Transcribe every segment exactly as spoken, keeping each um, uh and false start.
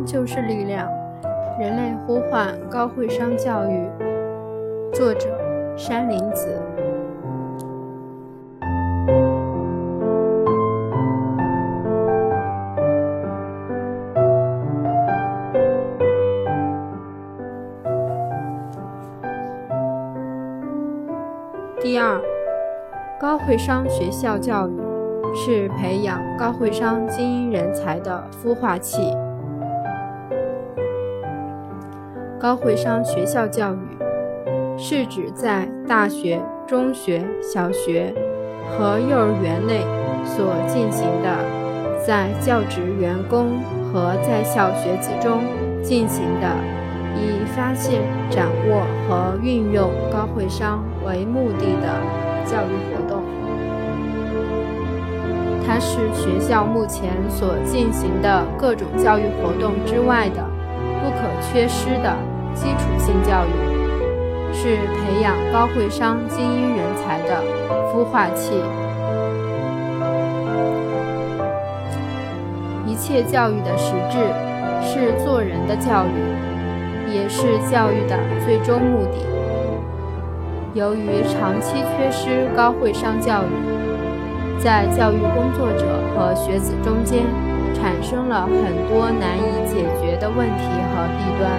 就是力量。人类呼唤高会商教育。作者山林子。第二，高会商学校教育是培养高会商精英人才的孵化器。高会商学校教育是指在大学、中学、小学和幼儿园内所进行的，在教职员工和在校学子中进行的，以发现、掌握和运用高会商为目的的教育活动。它是学校目前所进行的各种教育活动之外的不可缺失的基础性教育，是培养高会商精英人才的孵化器。一切教育的实质是做人的教育，也是教育的最终目的。由于长期缺失高会商教育，在教育工作者和学子中间产生了很多难以解决的问题和弊端。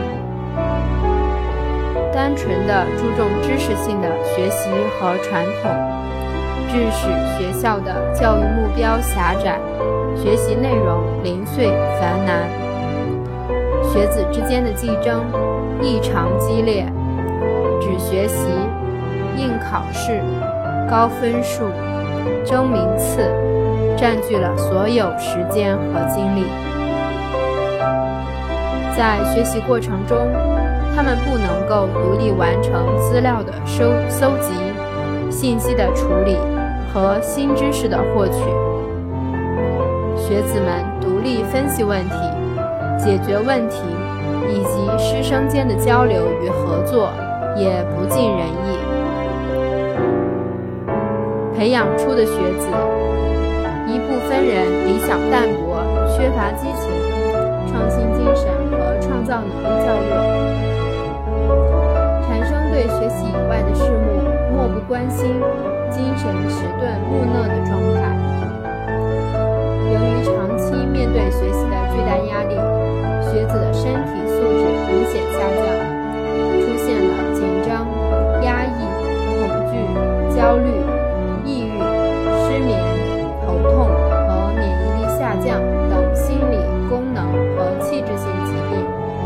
单纯的注重知识性的学习和传统，致使学校的教育目标狭窄，学习内容零碎繁难，学子之间的竞争异常激烈，只学习、应考试、高分数、争名次，占据了所有时间和精力。在学习过程中，他们不能够独立完成资料的收搜集、信息的处理和新知识的获取。学子们独立分析问题、解决问题，以及师生间的交流与合作也不尽人意。培养出的学子，一部分人理想淡薄，缺乏激情、创新精神和创造能力较弱，产生对学习以外的事物漠不关心、精神迟钝木讷的状态。由于长期面对学习的巨大压力，学子的身体素质明显下降，出现了紧张、压抑、恐惧、焦虑、抑郁、失眠、头痛和免疫力下降等心理功能和气质性疾病。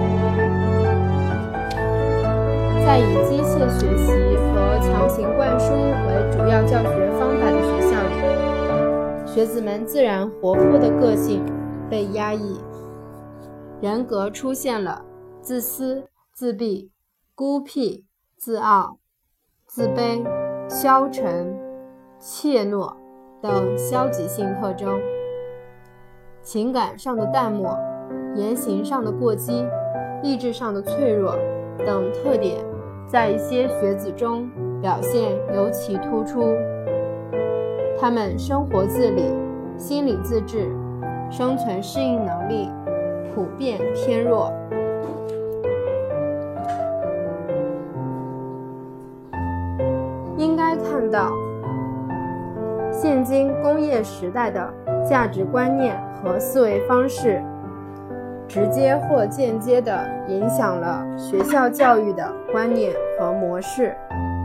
在以机械学习和强行灌输为主要教学方法的学校里，学子们自然活泼的个性被压抑，人格出现了自私、自闭、孤僻、自傲、自卑、消沉、怯懦等消极性特征。情感上的淡漠、言行上的过激、意志上的脆弱等特点在一些学子中表现尤其突出。他们生活自理、心理自治、生存适应能力普遍偏弱。应该看到，现今工业时代的价值观念和思维方式，直接或间接地影响了学校教育的观念和模式。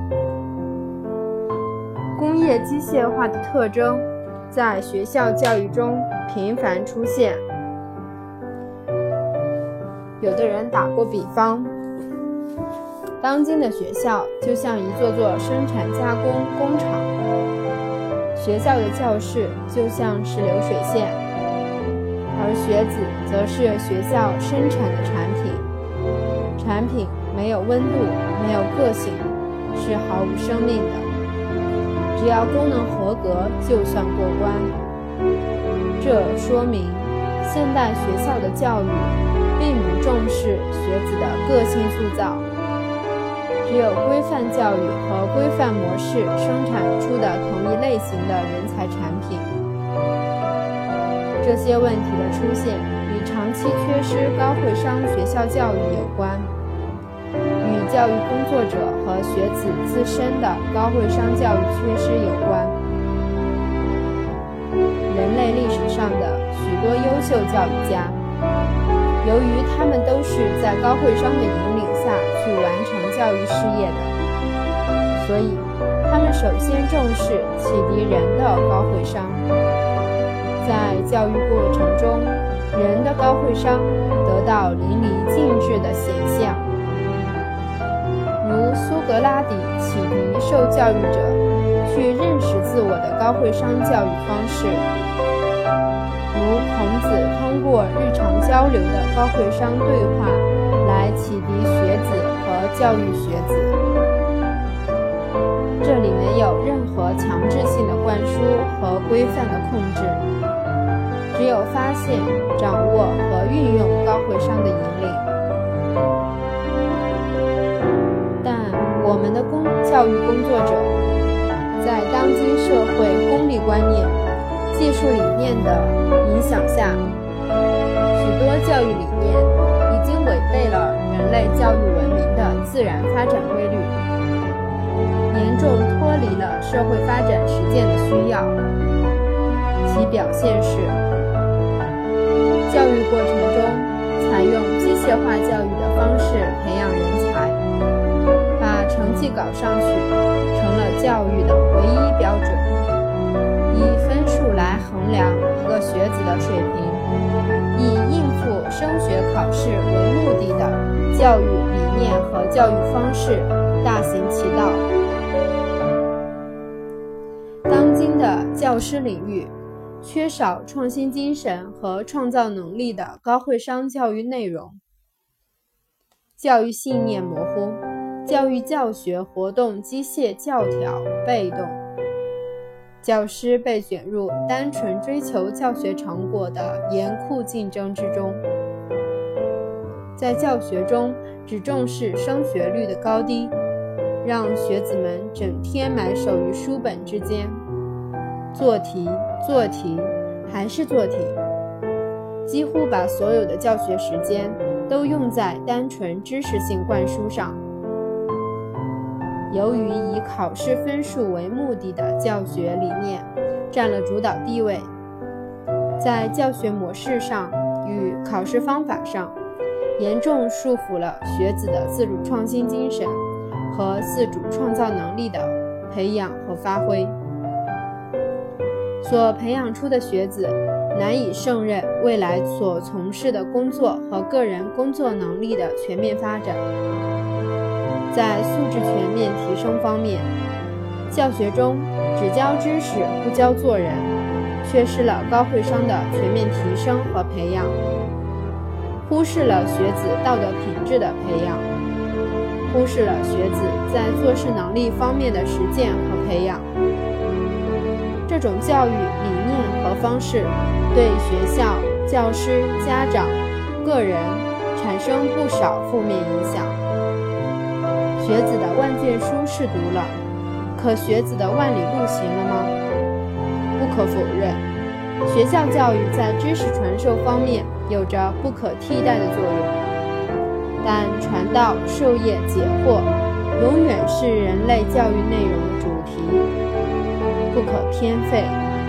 工业机械化的特征在学校教育中频繁出现。有的人打过比方，当今的学校就像一座座生产加工工厂，学校的教室就像是流水线，而学子则是学校生产的产品。产品没有温度，没有个性，是毫无生命的。只要功能合格就算过关。这说明现代学校的教育并不重视学子的个性塑造，只有规范教育和规范模式生产出的同一类型的人才产品。这些问题的出现与长长期缺失高会商学校教育有关，与教育工作者和学子自身的高会商教育缺失有关。人类历史上的许多优秀教育家，由于他们都是在高会商的引领下去完成教育事业的，所以他们首先重视启迪人的高会商。在教育过程中，人的高会商得到淋漓尽致的显现，如苏格拉底启迪受教育者去认识自我的高会商教育方式，如孔子通过日常交流的高会商对话来启迪学子和教育学子。这里没有任何强制性的灌输和规范的控制，只有发现、掌握和运用高会商的引领。但我们的公教育工作者在当今社会功利观念、技术理念的影响下，许多教育理念已经违背了人类教育文明的自然发展规律，严重脱离了社会发展实践的需要。其表现是，教育过程中采用机械化教育的方式培养人才，把成绩搞上去成了教育的唯一标准，以分数来衡量一个学子的水平，以应付升学考试为目的的教育理念和教育方式大行其道。当今的教师领域缺少创新精神和创造能力的高会商教育内容，教育信念模糊，教育教学活动机械教条被动，教师被卷入单纯追求教学成果的严酷竞争之中，在教学中只重视升学率的高低，让学子们整天埋首于书本之间，做题做题还是做题，几乎把所有的教学时间都用在单纯知识性灌输上。由于以考试分数为目的的教学理念占了主导地位，在教学模式上与考试方法上严重束缚了学子的自主创新精神和自主创造能力的培养和发挥，所培养出的学子难以胜任未来所从事的工作和个人工作能力的全面发展。在素质全面提升方面，教学中只教知识不教做人，缺失了高会商的全面提升和培养，忽视了学子道德品质的培养，忽视了学子在做事能力方面的实践和培养。这种教育理念和方式对学校、教师、家长、个人产生不少负面影响。学子的万卷书是读了，可学子的万里路行了吗？不可否认，学校教育在知识传授方面有着不可替代的作用，但传道授业解惑永远是人类教育内容的主题，不可偏废。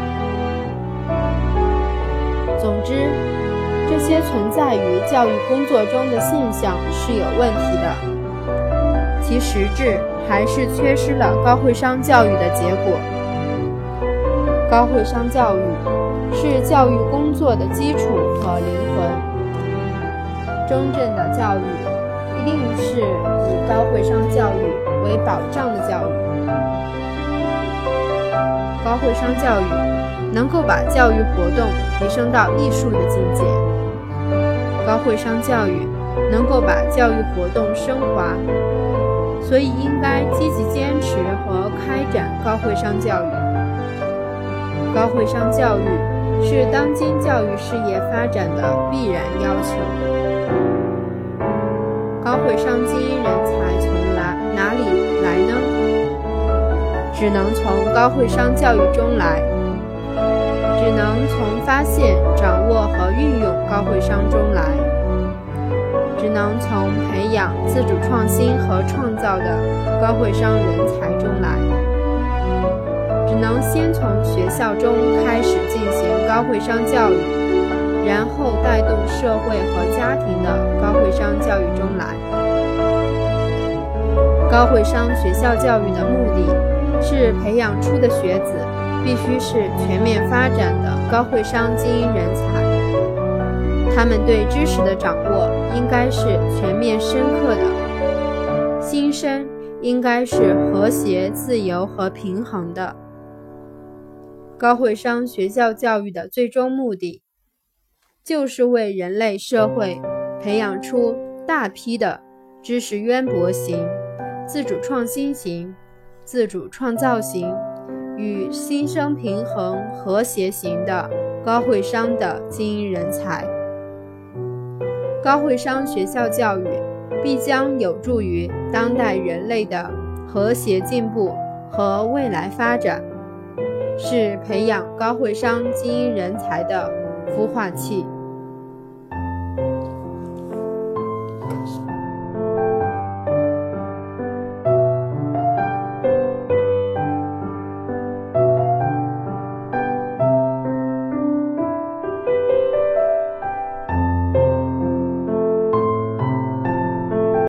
总之，这些存在于教育工作中的现象是有问题的，其实质还是缺失了高会商教育的结果。高会商教育是教育工作的基础和灵魂。真正的教育一定是以高会商教育为保障的教育。高会商教育能够把教育活动提升到艺术的境界，高会商教育能够把教育活动升华，所以应该积极坚持和开展高会商教育。高会商教育是当今教育事业发展的必然要求。高会商精英人才从哪哪里来呢？只能从高会商教育中来。只能从发现、掌握和运用高会商中来，只能从培养自主创新和创造的高会商人才中来，只能先从学校中开始进行高会商教育，然后带动社会和家庭的高会商教育中来。高会商学校教育的目的是培养出的学子必须是全面发展的高会商精英人才，他们对知识的掌握应该是全面深刻的，心声应该是和谐、自由和平衡的。高会商学校教育的最终目的，就是为人类社会培养出大批的知识渊博型、自主创新型、自主创造型与心声平衡和谐型的高会商的精英人才。高会商学校教育必将有助于当代人类的和谐进步和未来发展，是培养高会商精英人才的孵化器。